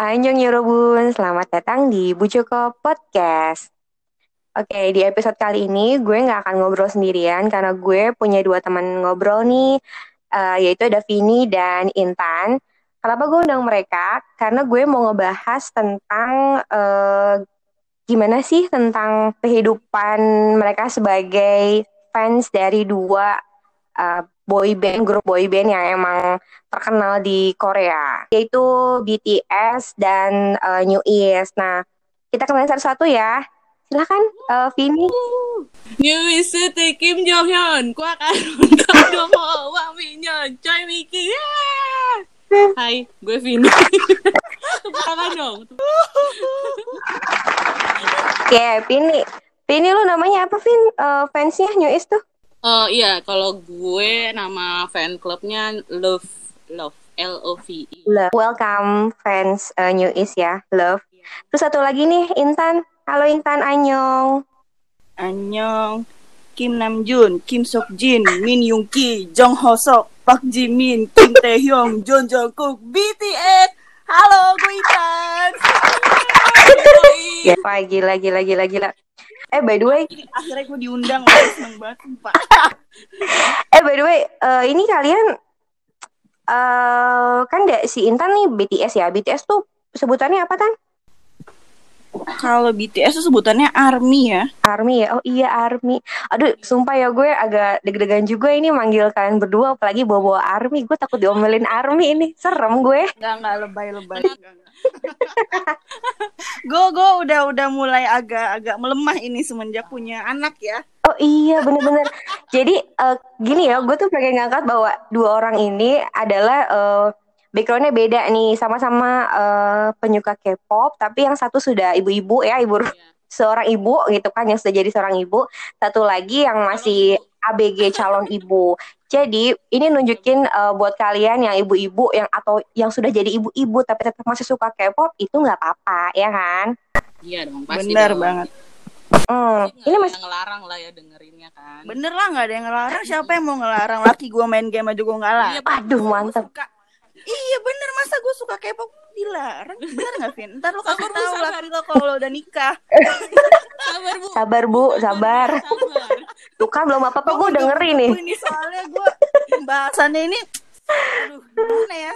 Annyeong Yorobun, selamat datang di Bujoko Podcast. Oke, di episode kali ini gue nggak akan ngobrol sendirian karena gue punya dua teman ngobrol nih, yaitu ada Vini dan Intan. Kenapa gue undang mereka? Karena gue mau ngebahas tentang gimana sih tentang kehidupan mereka sebagai fans dari dua grup boy band yang emang terkenal di Korea, yaitu BTS dan New East. Nah, kita kenalin satu-satu ya. Silakan, Vini. Như sư thì Kim Jong Hyun qua cả đồng đồng hồ Quang Mỹ Nhân Choi Miki. Hai, gue Vini. Tepuk tangan dong. Oke, Vini. Vini lu namanya apa, Vin? Fansnya New East tuh? Oh iya, kalau gue nama fan clubnya Love LOVE. Love. Welcome fans New East ya, Love. Terus satu lagi nih, Intan. Halo Intan, annyeong. Annyeong, Kim Namjoon, Kim Seokjin, Min Yoongi, Jong Hoseok, Park Jimin, Kim Taehyung, John Jungkook, BTS. Halo, gue Intan. Ya, wah, gila. By the way, Akhirnya gue diundang, gue seneng banget, Pak. by the way, ini kalian kan si Intan nih BTS ya. BTS tuh sebutannya apa, Tan? Kalau BTS tuh sebutannya ARMY ya. ARMY ya? Oh iya, ARMY. Aduh, sumpah ya gue agak deg-degan juga ini manggil kalian berdua, apalagi bawa-bawa ARMY. Gue takut diomelin ARMY ini. Serem gue. Enggak lebay. Gue udah mulai agak melemah ini semenjak punya anak ya. Oh iya, bener-bener. Jadi gini ya, gue tuh pengen ngangkat bahwa dua orang ini adalah backgroundnya beda nih, sama-sama penyuka K-pop, tapi yang satu sudah ibu-ibu ya, seorang ibu gitu kan, yang sudah jadi seorang ibu. Satu lagi yang masih ABG calon ibu. Jadi ini nunjukin buat kalian yang ibu-ibu atau yang sudah jadi ibu-ibu tapi tetap masih suka K-pop, itu nggak apa-apa, ya kan? Iya dong, pasti. Bener dong. banget. Ini masih ngelarang lah ya dengerinnya kan. Bener lah, nggak ada yang ngelarang. Siapa yang mau ngelarang? Laki gue main game aja gue nggak larang. Iya, Aduh, mantap. Iya bener, masa gue suka K-pop dilarang? Bener gak, Vin? Ntar lu kasih tahu laki lo kalau lo udah nikah. Sabar bu. Sabar. Tuh kan belum apa-apa gue dengerin nih. Ini soalnya gue bahasannya ini, aduh gimana ya?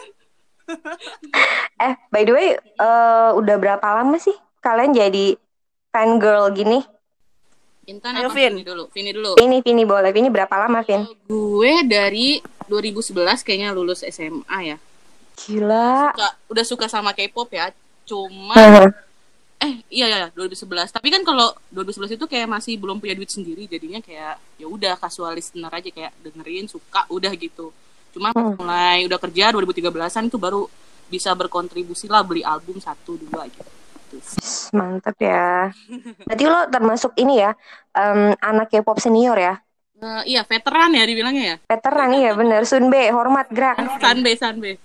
By the way, udah berapa lama sih kalian jadi fan girl gini? Intan Ayo, apa? Vin. Vini dulu. Vini boleh. Vini berapa lama, Vin? Gue dari 2011 kayaknya lulus SMA ya. Gila. Udah suka sama K-pop ya. Cuma iya 2011. Tapi kan kalau 2011 itu kayak masih belum punya duit sendiri, jadinya kayak ya udah kasual listener aja, kayak dengerin, suka, udah gitu. Cuma mulai udah kerja 2013-an itu baru bisa berkontribusi lah, beli album 1, 2 gitu. Mantap ya. Berarti lo termasuk ini ya, anak K-pop senior ya? Iya, veteran ya dibilangnya ya. Veteran iya bener. Sunbe, hormat gerak. Sanbe.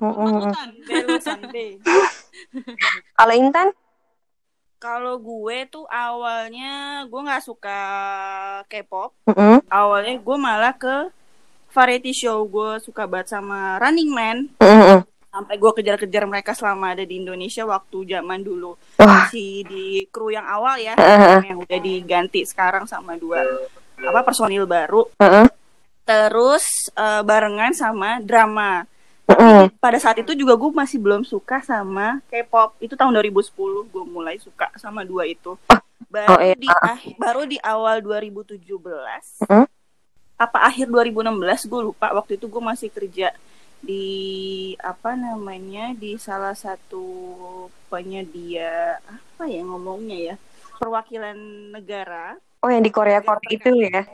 Kalau Intan? Kalau gue tuh awalnya gue nggak suka K-pop. Awalnya gue malah ke variety show. Gue suka banget sama Running Man. Sampai gue kejar-kejar mereka selama ada di Indonesia waktu zaman dulu. Masih di kru yang awal ya, yang udah diganti sekarang sama dua personil baru. Terus barengan sama drama. Tapi pada saat itu juga gue masih belum suka sama K-pop. Itu tahun 2010 gue mulai suka sama dua itu. Baru di awal 2017 apa akhir 2016 gue lupa. Waktu itu gue masih kerja di di salah satu penyedia perwakilan negara. Oh, yang di Korea itu ya?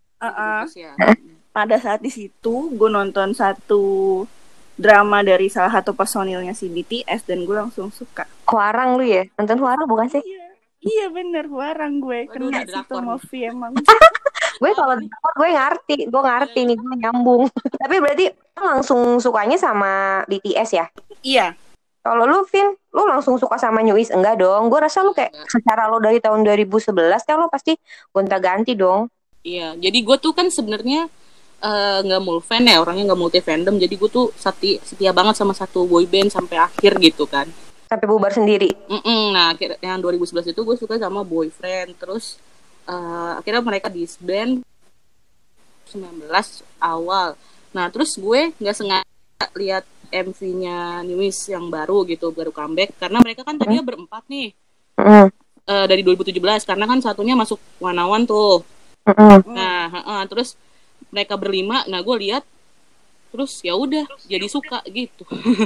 Pada saat di situ gue nonton satu drama dari salah satu personilnya si BTS dan gue langsung suka. Hwarang lu ya? Nonton Hwarang bukan sih? Iya bener, Hwarang gue. Kena situ movie emang. Gue kalau gue ngerti nih, gue nyambung. Tapi berarti langsung sukanya sama BTS ya? Iya. Kalau lu, Vin, lu langsung suka sama New East? Enggak dong. Gue rasa lu kayak secara lo dari tahun 2011 kan lo pasti gonta-ganti dong. Iya, jadi gue tuh kan sebenarnya nggak mul fan ya, orangnya nggak multi fandom. Jadi gue tuh setia banget sama satu boy band sampai akhir gitu kan. Sampai bubar sendiri. Nah, yang 2011 itu gue suka sama Boyfriend. Terus akhirnya mereka disband 19 awal. Nah, terus gue nggak sengaja lihat MV-nya Niwis yang baru gitu, baru comeback. Karena mereka kan tadinya berempat nih. Dari 2017, karena kan satunya masuk One on One tuh. Nah, terus mereka berlima. Nah, gue lihat terus ya udah jadi suka gitu.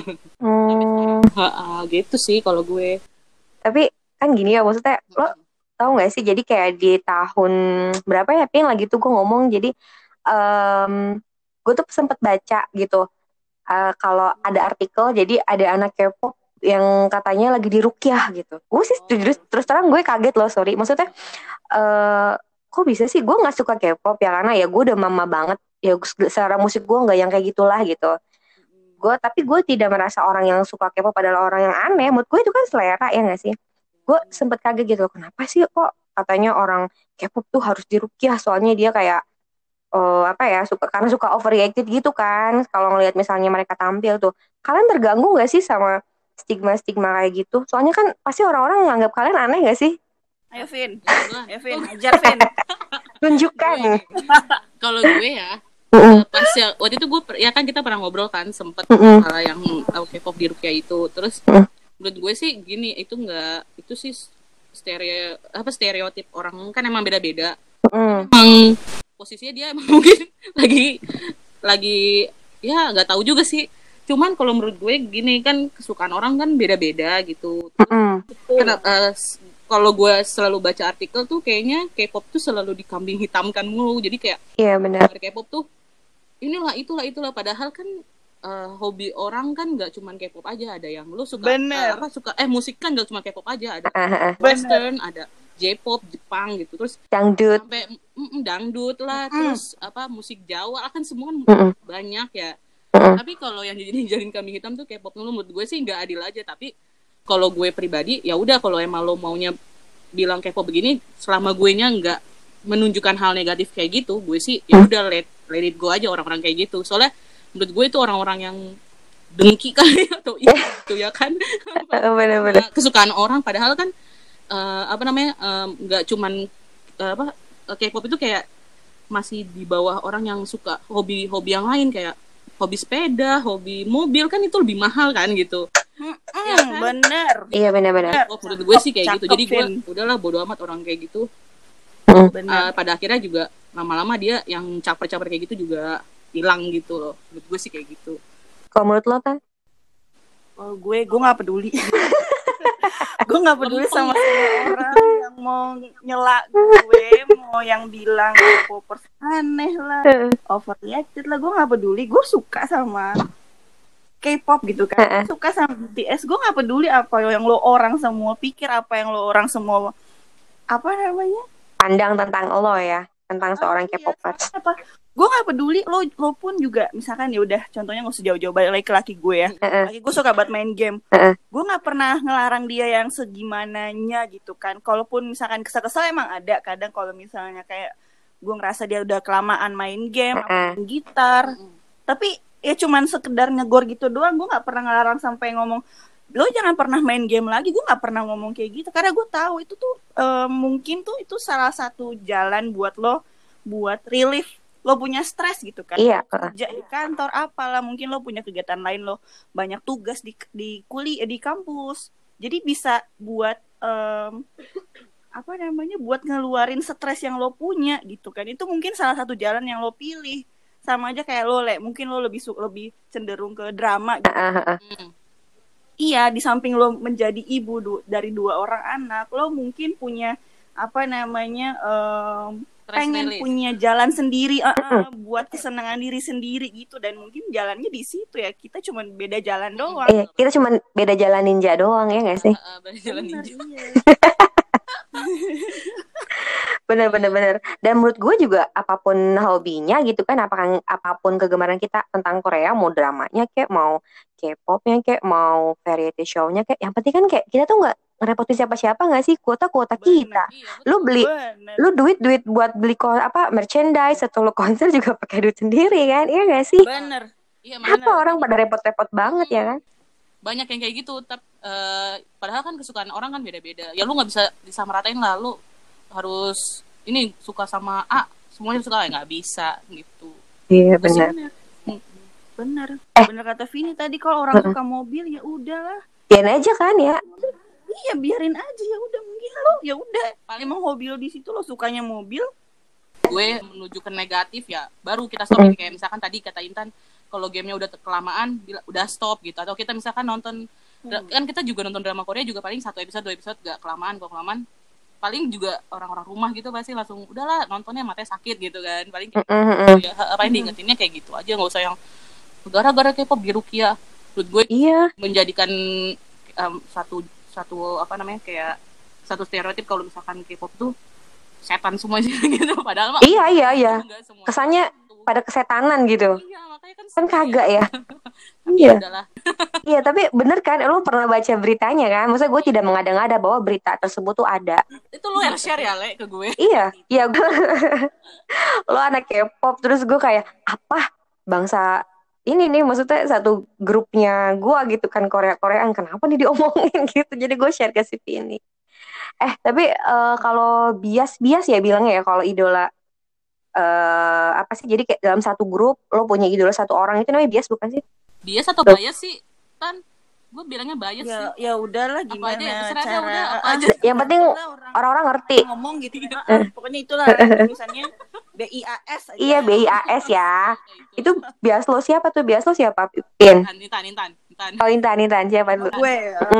Gitu sih kalau gue. Tapi kan gini ya, maksudnya lo tau nggak sih, jadi kayak di tahun berapa ya Pin lagi tuh gue ngomong, jadi gue tuh sempet baca gitu, kalau ada artikel jadi ada anak K-pop yang katanya lagi dirukyah gitu. Gue sih terus terang gue kaget loh, sorry, maksudnya kok bisa sih, gue nggak suka K-pop ya karena ya gue udah mama banget ya, secara musik gue nggak yang kayak gitulah gitu. Tapi gue tidak merasa orang yang suka K-pop adalah orang yang aneh. Menurut gue itu kan selera, ya nggak sih? Gue sempet kaget gitu, kenapa sih kok katanya orang K-pop tuh harus dirukyah, soalnya dia kayak apa ya, karena suka overreacted gitu kan. Kalau ngelihat misalnya mereka tampil tuh, kalian terganggu nggak sih sama stigma-stigma kayak gitu? Soalnya kan pasti orang-orang menganggap kalian aneh nggak sih? Ayo Vin, ajar Vin. Tunjukkan. Kalau gue ya, pas ya, waktu itu gue ya kan kita pernah ngobrol kan, sempet masalah yang K-pop di Rukia itu. Terus menurut gue sih gini, itu enggak, itu sih stereotip orang kan emang beda-beda. Emang posisinya dia emang mungkin lagi ya nggak tahu juga sih. Cuman kalau menurut gue gini, kan kesukaan orang kan beda-beda gitu. Kalau gue selalu baca artikel tuh kayaknya K-pop tuh selalu dikambing hitamkan mulu. Jadi kayak iya benar, K-pop tuh inilah itulah padahal kan hobi orang kan nggak cuma K-pop aja, ada yang lu suka musik kan nggak cuma K-pop aja, ada western, ada J-pop, Jepang gitu, terus dangdut sampai dangdut lah, terus musik Jawa kan semua kan banyak ya. Tapi kalau yang dijadiin kambing hitam tuh K-pop, menurut gue sih nggak adil aja. Tapi kalau gue pribadi ya udah, kalau emang lo maunya bilang K-pop begini, selama gue nya nggak menunjukkan hal negatif kayak gitu, gue sih ya udah let it go aja orang-orang kayak gitu. Soalnya menurut gue itu orang-orang yang dengki kali atau itu ya kan. Bener-bener. Kesukaan orang, padahal kan nggak cuman K-pop itu kayak masih di bawah orang yang suka hobi-hobi yang lain, kayak hobi sepeda, hobi mobil, kan itu lebih mahal kan gitu. Ya kan? Bener. Iya benar-benar. Menurut gue sih kayak gitu. Jadi gue udahlah bodo amat orang kayak gitu. Pada akhirnya juga lama-lama dia yang caper-caper kayak gitu juga hilang gitu loh. Menurut gue sih kayak gitu. Kalau menurut lo kan? Oh, gue nggak peduli. Gue nggak peduli sama orang yang mau nyela gue, mau yang bilang popers aneh lah, overreacted lah, gue nggak peduli. Gue suka sama K-pop gitu kan, suka sama BTS. Gue nggak peduli apa yang lo orang semua pikir, apa yang lo orang semua pandang tentang lo ya, tentang seorang K-popers. Gue nggak peduli. Lo pun juga misalkan, ya udah contohnya nggak usah jauh-jauh, balik lagi ke laki gue ya. Laki gue suka banget main game. Gue nggak pernah ngelarang dia yang segimananya gitu kan. Kalaupun misalkan kesel-kesel emang ada kadang, kalau misalnya kayak gue ngerasa dia udah kelamaan main game, main gitar, tapi ya cuman sekedar negor gitu doang. Gue nggak pernah ngelarang sampai ngomong lo jangan pernah main game lagi. Gue nggak pernah ngomong kayak gitu, karena gue tahu itu tuh mungkin tuh itu salah satu jalan buat lo buat relief lo punya stres gitu kan. Iya. Kerja di kantor apalah, mungkin lo punya kegiatan lain, lo banyak tugas di kuliah di kampus, jadi bisa buat buat ngeluarin stres yang lo punya gitu kan. Itu mungkin salah satu jalan yang lo pilih. Sama aja kayak lo, mungkin lo lebih cenderung ke drama gitu. Iya, di samping lo menjadi ibu dari 2 orang anak, lo mungkin punya pengen punya jalan sendiri buat kesenangan diri sendiri gitu. Dan mungkin jalannya di situ ya, kita cuma beda jalan doang. Iya, kita cuma beda jalan ninja doang, ya nggak sih? Beda jalan ninja. Bener. Dan menurut gue juga apapun hobinya gitu kan, apapun kegemaran kita tentang Korea, mau dramanya kayak, mau K-popnya kayak, mau variety show-nya kayak, yang penting kan kayak kita tuh nggak ngerepotin siapa-siapa nggak sih, kuota kita. Lu duit buat beli merchandise atau lu konser juga pakai duit sendiri kan, iya nggak sih? Bener. Iya, apa orang pada repot-repot banget ya kan? Banyak yang kayak gitu. padahal kan kesukaan orang kan beda-beda. Ya lu nggak bisa disamaratain lah, lu harus ini suka sama A semuanya suka, nggak bisa gitu. Iya benar. Benar kata Vini tadi, kalau orang suka mobil ya udahlah, biarin aja kan ya. Iya biarin aja ya udah, mungkin lo ya udah emang hobi lo di situ, lo sukanya mobil. Gue menuju ke negatif ya baru kita stop. Kayak misalkan tadi kata Intan, kalau gamenya udah kelamaan udah stop gitu. Atau kita misalkan nonton kan kita juga nonton drama Korea juga paling 1 episode 2 episode, gak kelamaan. Kalau kelamaan paling juga orang-orang rumah gitu pasti langsung udahlah nontonnya matanya sakit gitu kan. Paling ya, apa yang diingetinnya kayak gitu aja, nggak usah yang gara-gara K-pop Birukia. Menurut gue menjadikan satu apa namanya kayak satu stereotip kalau misalkan K-pop tuh setan semuanya gitu, padahal mah iya kesannya pada kesetanan gitu. Iya, makanya kan kagak ya. Iya. Iya, tapi bener kan, lo pernah baca beritanya kan? Maksudnya gue tidak mengada-ngada bahwa berita tersebut tuh ada. Itu lo yang share ya, Le, ke gue. Iya lo anak K-pop, terus gue kayak apa bangsa ini nih, maksudnya satu grupnya gue gitu kan, Koreaan, kenapa nih diomongin gitu. Jadi gue share ke si ini. Tapi kalau bias ya bilangnya ya, kalau idola apa sih, jadi kayak dalam satu grup lo punya idola satu orang, itu namanya bias bukan sih? Bias atau bias sih kan? Gue bilangnya bias ya, sih. Ya udahlah, gimana cara udah, apa aja. Yang penting orang-orang ngerti ngomong gitu. Pokoknya itulah tulisannya BIAS aja. Iya, BIAS ya. Itu bias lo siapa tuh? Bias lo siapa? Pin. Intan. Oh, Intan siapa tuh? Gue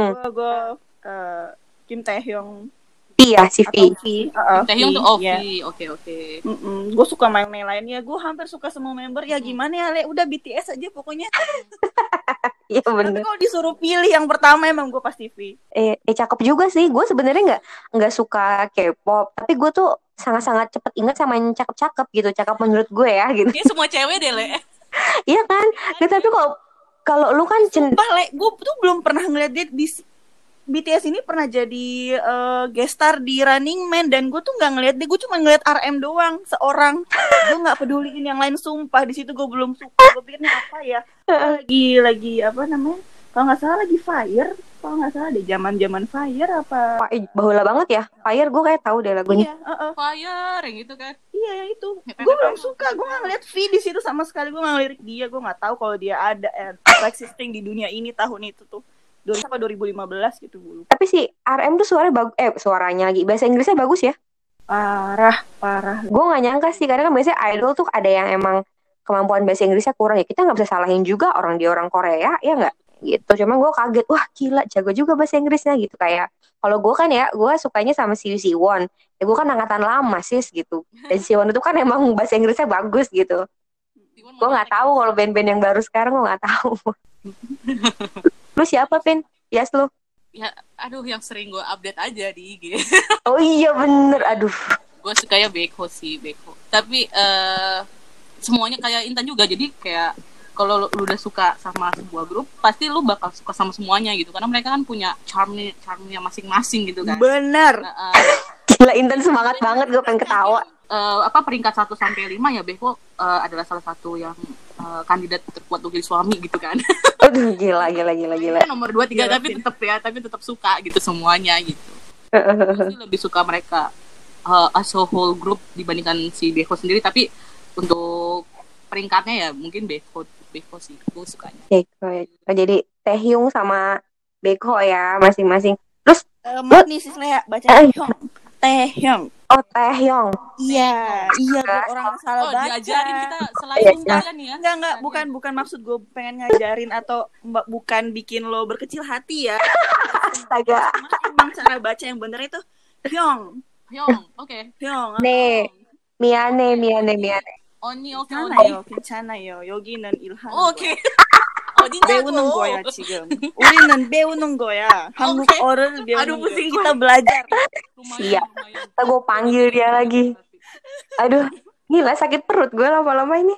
Kim Taehyung. Iya, si V. Taehyung tuh oke. Gue suka main lainnya. Gue hampir suka semua member. Ya gimana ya, Le? Udah BTS aja pokoknya. Iya bener. Tapi kalau disuruh pilih yang pertama emang gue pasti V. Cakep juga sih. Gue sebenarnya nggak suka K-pop, tapi gue tuh sangat-sangat cepet ingat sama yang cakep-cakep gitu. Cakep menurut gue ya gitu. Ini semua cewek deh, Le. Iya kan? Nah, tapi kalau lu kan sumpah, Le, gue tuh belum pernah ngeliat dia di BTS ini pernah jadi guest star di Running Man, dan gue tuh nggak ngeliat dia, gue cuma ngeliat RM doang seorang. Gue nggak peduliin yang lain, sumpah. Di situ gue belum suka. Gue pikirnya apa ya, lagi apa namanya, kalau nggak salah lagi Fire, kalau nggak salah deh, zaman Fire apa. Bahula banget ya Fire, gue kayak tahu deh lagunya. Fire yang gitu kan. Iya yang itu. Gue belum suka, gue nggak ngeliat V di situ sama sekali. Gue nggak ngelirik dia, gue nggak tahu kalau dia ada existing di dunia ini tahun itu tuh 2015 gitu dulu. Tapi si RM tuh suaranya bagus, suaranya lagi bahasa Inggrisnya bagus ya. Parah. Gue nggak nyangka sih, karena kan biasanya idol tuh ada yang emang kemampuan bahasa Inggrisnya kurang ya. Kita nggak bisa salahin juga orang Korea ya nggak gitu. Cuma gue kaget, wah gila jago juga bahasa Inggrisnya gitu. Kayak kalau gue kan ya, gue sukanya sama si Siwon. Ya gue kan angkatan lama sis gitu. Dan Siwon itu kan emang bahasa Inggrisnya bagus gitu. Gue nggak tahu kalau band-band yang baru sekarang, gue nggak tahu. Lu siapa, Pin? Bias lu? Ya, aduh, yang sering gue update aja di IG. Oh iya bener, aduh. Gue sukanya Baekho sih, Baekho. Tapi semuanya kayak Intan juga, jadi kayak kalau lu udah suka sama sebuah grup, pasti lu bakal suka sama semuanya gitu, karena mereka kan punya charmnya masing-masing gitu kan. Bener. Gila, Intan semangat banget, gue pengen ketawa. Peringkat 1 sampai 5 ya Baekho adalah salah satu yang kandidat terkuat untuk jadi suami gitu kan. Aduh, gila. Nomor 2, 3 tapi tetap suka gitu semuanya gitu. Gue lebih suka mereka as a whole group dibandingkan si Baekho sendiri, tapi untuk peringkatnya ya mungkin Baekho sih gue sukanya. Jadi Taehyung sama Baekho ya masing-masing. Terus nih sis Lea baca Taehyung. Oh, Taehyung. Iya, orang salah baca. Diajarin kita selain kan ya. Enggak, bukan maksud gue pengen ngajarin atau bukan bikin lo berkecil hati ya. Astaga. Emang cara baca yang bener itu Hyung. Oke. Hyung. 네. 미안해. 언니, 괜찮아요. 여기는 일하는 오케이. 배우는 거야 지금. 우리는 배우는 거야. 한국어를 배우는 거야. Kita belajar. Siap. Gue panggil dia lagi. Aduh, gila sakit perut gue lama-lama ini.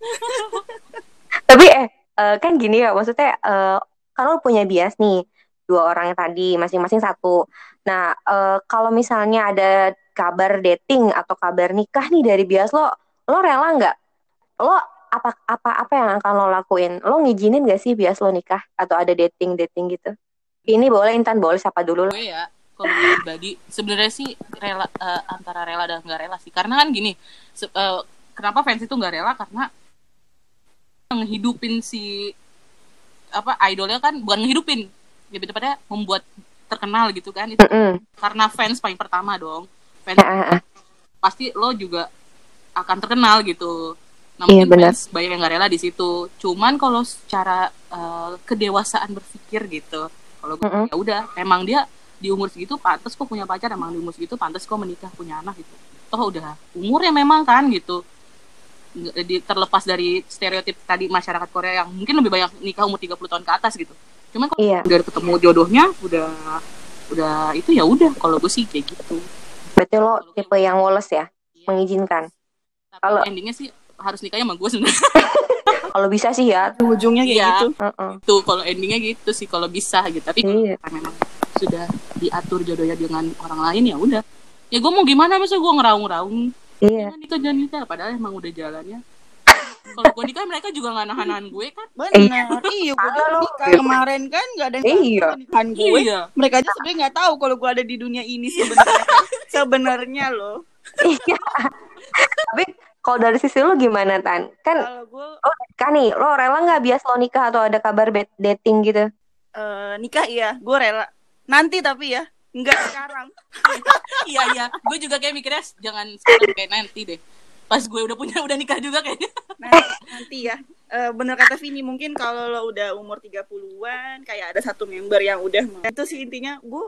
Tapi kan gini ya, maksudnya kalau punya bias nih 2 orang yang tadi masing-masing 1. Nah, kalau misalnya ada kabar dating atau kabar nikah nih dari bias lo rela nggak? Lo apa yang akan lo lakuin? Lo ngizinin gak sih bias lo nikah atau ada dating gitu? Ini boleh Intan, boleh sapa dulu lah. Gue ya, kalau gue pribadi sebenarnya sih rela, antara rela dan nggak rela sih. Karena kan gini, kenapa fans itu nggak rela, karena ngehidupin si apa idolnya kan, bukan ngehidupin, lebih tepatnya membuat terkenal gitu kan, itu karena fans paling pertama dong. Fans pasti lo juga akan terkenal gitu. Nah, mungkin fans banyak yang nggak rela di situ. Cuman kalau secara kedewasaan berpikir gitu, kalau gue ya udah, emang dia di umur segitu pantas kok punya pacar, emang di umur segitu pantas kok menikah, punya anak gitu. Toh udah umurnya memang kan gitu. Terlepas dari stereotip tadi masyarakat Korea yang mungkin lebih banyak nikah umur 30 tahun ke atas gitu. Cuman kalau udah ketemu jodohnya, udah itu ya udah, kalau gue sih kayak gitu. Berarti lo tipe yang woles ya, mengizinkan. Kalau endingnya sih harus nikahnya sama gue sebenarnya. Kalau bisa sih ya, ujungnya kayak gitu. Tuh kalau endingnya gitu sih kalau bisa gitu. Tapi kalau memang sudah diatur jodohnya dengan orang lain, ya udah. Ya gue mau gimana, masa gue ngeraung-raung. Jangan nikah, padahal emang udah jalannya. Kalau gue nikah mereka juga nggak nahan gue kan. Benar. Iya, gue nikah kemarin kan nggak ada yang nahan gue. Mereka aja sebenarnya nggak tahu kalau gue ada di dunia ini sebenarnya loh. Iya. Tapi kalau dari sisi lo gimana, Tan? Kan lo nikah nih, lo rela nggak bias lo nikah atau ada kabar dating gitu? Nikah iya, gue rela. Nanti tapi ya, nggak sekarang. Iya, gue juga kayak mikirnya jangan sekarang, kayak nanti deh. Pas gue udah nikah juga kayaknya. Nanti ya. Bener kata Vini, mungkin kalau lo udah umur 30-an, kayak ada satu member yang udah mau. Itu sih intinya gue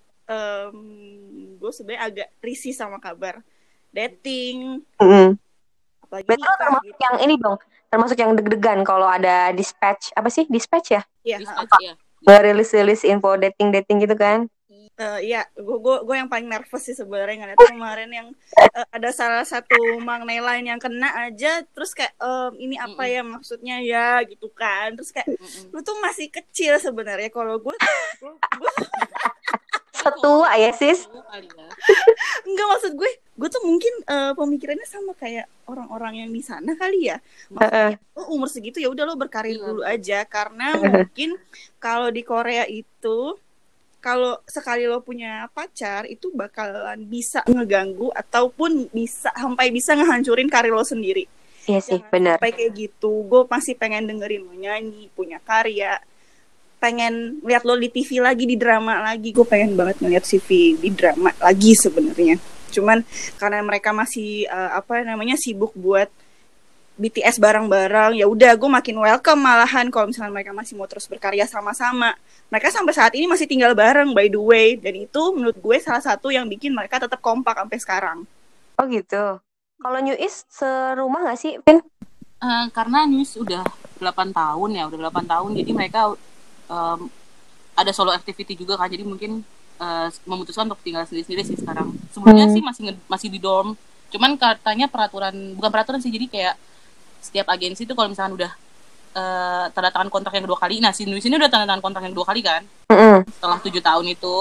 sebenarnya agak risih sama kabar dating. Apalagi nikah, termasuk gitu. Yang ini dong, termasuk yang deg-degan kalau ada dispatch, apa sih dispatch ya? Iya. Rilis info dating gitu kan? Iya, gue yang paling nervous sih sebenarnya ngeliat kemarin yang ada salah satu Mang Nelayan yang kena aja, terus kayak ini apa ya maksudnya ya gitu kan, terus kayak lu tuh masih kecil sebenarnya, kalau gue setua ya sis. Enggak, maksud gue tuh mungkin pemikirannya sama kayak orang-orang yang di sana kali ya. Maksudnya umur segitu ya udah lo berkarir dulu aja, karena mungkin kalau di Korea itu kalau sekali lo punya pacar itu bakalan bisa ngeganggu ataupun bisa ngehancurin karir lo sendiri. Iya sih, benar. Sampai kayak gitu. Gue masih pengen dengerin lo nyanyi, punya karya, pengen lihat lo di TV lagi, di drama lagi. Gue pengen banget ngeliat CV di drama lagi sebenarnya. Cuman karena mereka masih sibuk buat BTS bareng-bareng, ya udah gue makin welcome malahan kalau misalnya mereka masih mau terus berkarya sama-sama. Mereka sampai saat ini masih tinggal bareng by the way, dan itu menurut gue salah satu yang bikin mereka tetap kompak sampai sekarang. Oh gitu. Kalau New East serumah nggak sih, Vin? Karena New East udah 8 tahun ya, jadi mereka ada solo activity juga kan, jadi mungkin memutuskan untuk tinggal sendiri-sendiri sih sekarang. Sebelumnya sih masih di dorm, cuman katanya bukan peraturan sih, jadi kayak setiap agensi tuh kalau misalkan udah tanda tangan kontrak yang 2 kali, nah si Nuis ini udah tanda tangan kontrak yang 2 kali kan, setelah 7 tahun itu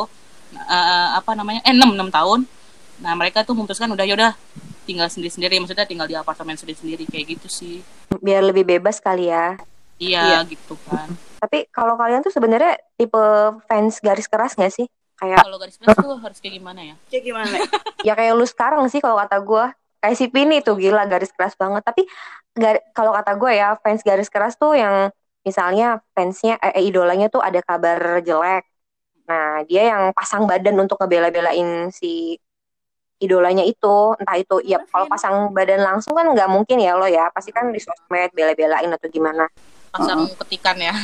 6 tahun, nah mereka tuh memutuskan udah tinggal sendiri-sendiri, maksudnya tinggal di apartemen sendiri-sendiri kayak gitu sih, biar lebih bebas kali ya. Iya gitu kan. Tapi kalau kalian tuh sebenarnya tipe fans garis keras nggak sih? Kayak kalau garis keras tuh harus kayak gimana ya? Kayak gimana? Ya kayak lu sekarang sih kalau kata gue. Kayak si Pini tuh gila garis keras banget. Tapi kalau kata gue ya, fans garis keras tuh yang misalnya fansnya idolanya tuh ada kabar jelek. Nah dia yang pasang badan untuk ngebela-belain si idolanya itu. Entah itu ya kalau pasang badan langsung kan nggak mungkin ya lo ya. Pasti kan di sosmed bela-belain atau gimana. Pasang ketikan ya.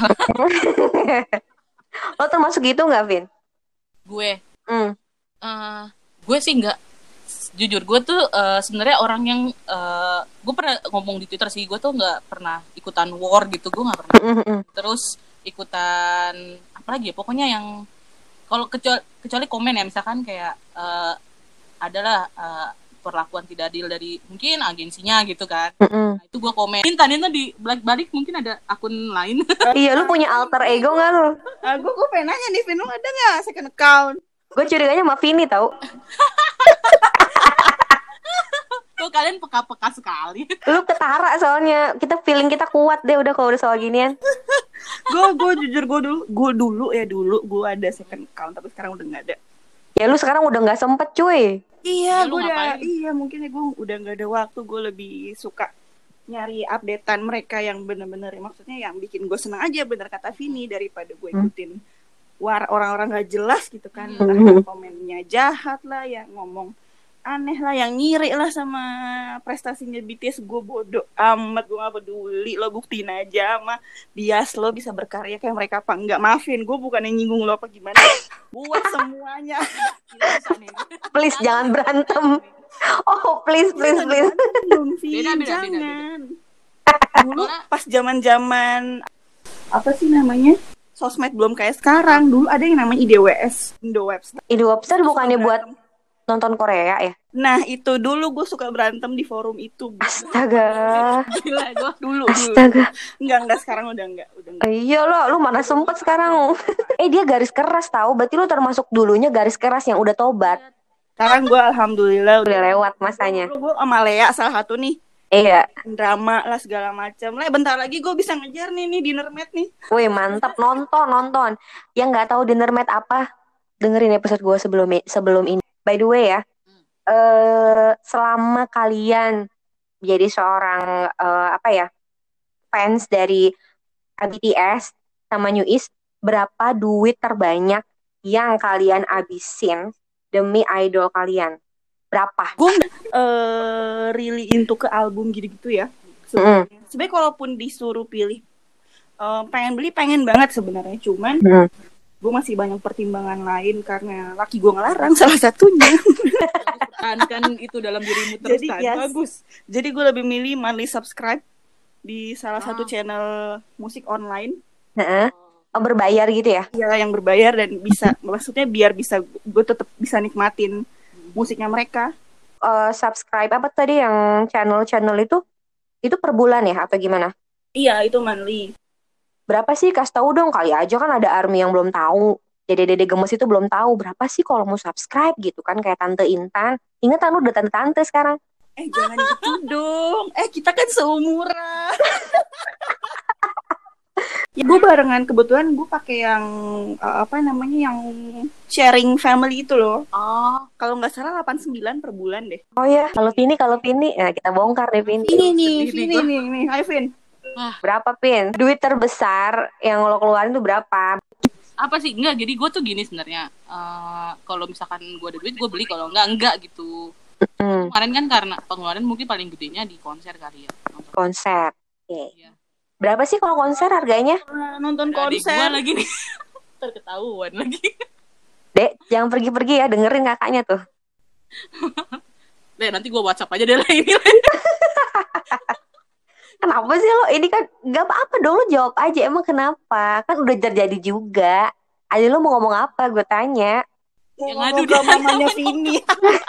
Lo termasuk gitu nggak, Vin? Gue sih nggak. Jujur gue tuh sebenarnya orang yang gue pernah ngomong di Twitter sih, gue tuh nggak pernah ikutan war gitu, gue nggak pernah. Terus ikutan apa lagi ya, pokoknya yang kalau kecuali komen ya, misalkan kayak adalah perlakuan tidak adil dari mungkin agensinya gitu kan. Nah, itu gue komen. Nina di balik mungkin ada akun lain. Iya, lu punya alter ego nggak lu? Gue pengen nanya nih, Vin, lu ada nggak second account? Gue curiganya sama Vini tau. Kok kalian peka-peka sekali. Lu ketara soalnya. Feeling kita kuat deh udah kalau udah soal ginian. gue jujur gue dulu gue ada second account tapi sekarang udah nggak ada. Ya lu sekarang udah nggak sempet cuy. Iya, mungkin ya gue udah nggak ada waktu. Gue lebih suka nyari updatean mereka yang bener-bener, maksudnya yang bikin gue senang aja, bener kata Vini, daripada gue ikutin orang-orang nggak jelas gitu kan. Entah komennya jahat lah, yang ngomong aneh lah, yang ngiri lah sama prestasinya BTS. Gue bodoh amat, gue gak peduli. Lo buktiin aja sama bias lo bisa berkarya kayak mereka apa enggak. Maafin, gue bukan yang nyinggung lo apa gimana. Buat semuanya. Please jangan berantem. Oh please. Jangan. Dulu pas zaman apa sih namanya, sosmed belum kayak sekarang. Dulu ada yang namanya IDWS, Indo Webster. Webster bukannya buat nonton Korea ya? Nah itu dulu gue suka berantem di forum itu. Astaga. Gila gue. Dulu. Astaga. Enggak sekarang udah enggak. Iya lu mana sempet sekarang. Dia garis keras tahu. Berarti lu termasuk dulunya garis keras yang udah tobat. Sekarang gue alhamdulillah udah lewat masanya. Gue sama Lea salah satu nih. Iya. Drama lah segala macam. Le, bentar lagi gue bisa ngejar nih Dinner Mat nih. Wih mantap, nonton. Yang nggak tahu Dinner Mat apa, dengerin episode gue sebelum ini. By the way ya, selama kalian jadi seorang fans dari BTS sama New East, berapa duit terbanyak yang kalian abisin demi idol kalian? Berapa? Gue really into ke album gitu-gitu ya. Sebenarnya kalaupun disuruh pilih, pengen banget sebenarnya, cuman gue masih banyak pertimbangan lain karena laki gue ngelarang salah satunya. Kan itu dalam dirimu terus. Jadi bagus. Jadi gue lebih milih monthly subscribe di salah satu channel musik online. Berbayar gitu ya? Iya, yang berbayar dan bisa, maksudnya biar bisa gue tetap bisa nikmatin musiknya mereka. Subscribe apa tadi yang channel itu per bulan ya atau gimana? Iya, itu monthly. Berapa sih? Kasih tahu dong, kali aja kan ada ARMY yang belum tahu. Dede-dede gemes itu belum tahu berapa sih kalau mau subscribe gitu kan, kayak Tante Intan. Ingat lu udah tante-tante sekarang. Jangan gitu dong. Kita kan seumuran. Ya, gue barengan, kebetulan gue pakai yang yang sharing family itu loh. Kalau nggak salah 89 per bulan deh. Oh ya, kalau Vini, nah kita bongkar deh Vini. Ini nih, Hai Vin. Berapa Pin? Duit terbesar yang lo keluarin tuh berapa? Apa sih? Enggak, jadi gue tuh gini sebenarnya. Kalau misalkan gue ada duit, gue beli. Kalau enggak gitu. Kemarin kan karena pengeluaran mungkin paling gedenya di konser kali ya. Konser. Iya. Berapa sih kalau konser harganya? Nonton konser. Gue lagi nih. Terketahuan lagi. Dek, jangan pergi-pergi ya, dengerin kakaknya tuh. Dek, nanti gue WhatsApp aja deh lah ini. Kenapa sih lo? Ini kan gak apa-apa dong, lo jawab aja. Emang kenapa? Kan udah terjadi juga. Aja lo mau ngomong apa? Gue tanya. Yang ngadu dia mamanya Vini.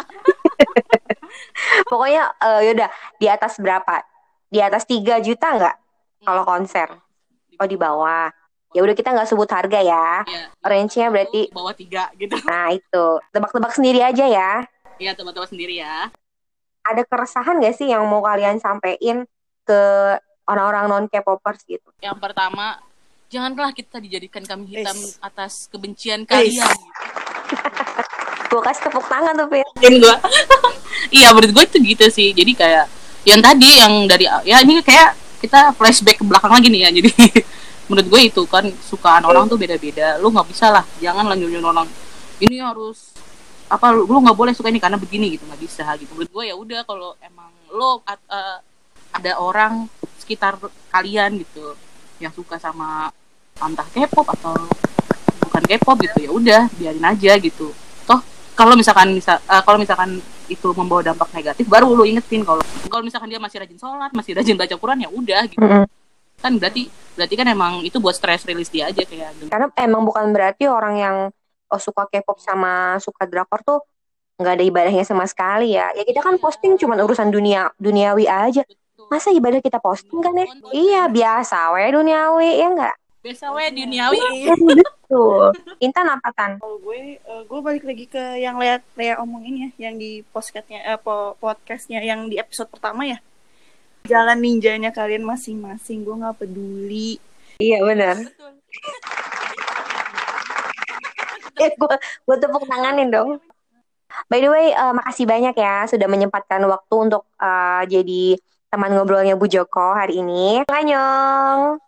Pokoknya yaudah, di atas berapa? Di atas 3 juta nggak? Kalau konser? Oh di bawah. Ya udah, kita nggak sebut harga ya. Range-nya berarti bawah 3 gitu. Nah itu, tebak-tebak sendiri aja ya. Iya, tebak-tebak sendiri ya. Ada keresahan nggak sih yang mau kalian sampein ke orang-orang non K-popers gitu? Yang pertama, janganlah kita dijadikan kambing hitam atas kebencian kalian. Gue kasih tepuk tangan tuh, Pin. Iya, menurut gue itu gitu sih. Jadi kayak yang tadi, yang dari ya ini kayak kita flashback ke belakang lagi nih ya. Jadi menurut gue itu kan sukaan orang tuh beda-beda. Lu nggak bisa lah, jangan nyuruh orang ini harus apa, lu nggak boleh suka ini karena begini gitu, nggak bisa gitu. Menurut gue ya udah, kalau emang lo ada orang sekitar kalian gitu yang suka sama entah K-pop atau bukan K-pop gitu, ya udah biarin aja gitu. Toh kalau misalkan itu membawa dampak negatif, baru lu ingetin. Kalau misalkan dia masih rajin sholat, masih rajin baca Quran, ya udah gitu. Kan berarti kan emang itu buat stress release dia aja kayak. Karena emang bukan berarti orang yang suka K-pop sama suka drakor tuh nggak ada ibadahnya sama sekali ya. Ya kita kan posting cuman urusan duniawi aja. Masa ibadah kita posting kan ya? Iya, biasa we duniawi, ya enggak? Biasa we duniawi. Betul. Intan apa Tan? Kalau gue balik lagi ke yang Lea omongin ya, yang di podcastnya yang di episode pertama ya. Jalan ninjanya kalian masing-masing, gue nggak peduli Iya benar. Betul. Gue tepuk tanganin dong. By the way, makasih banyak ya sudah menyempatkan waktu untuk jadi teman ngobrolnya Bu Joko hari ini. Annyeong.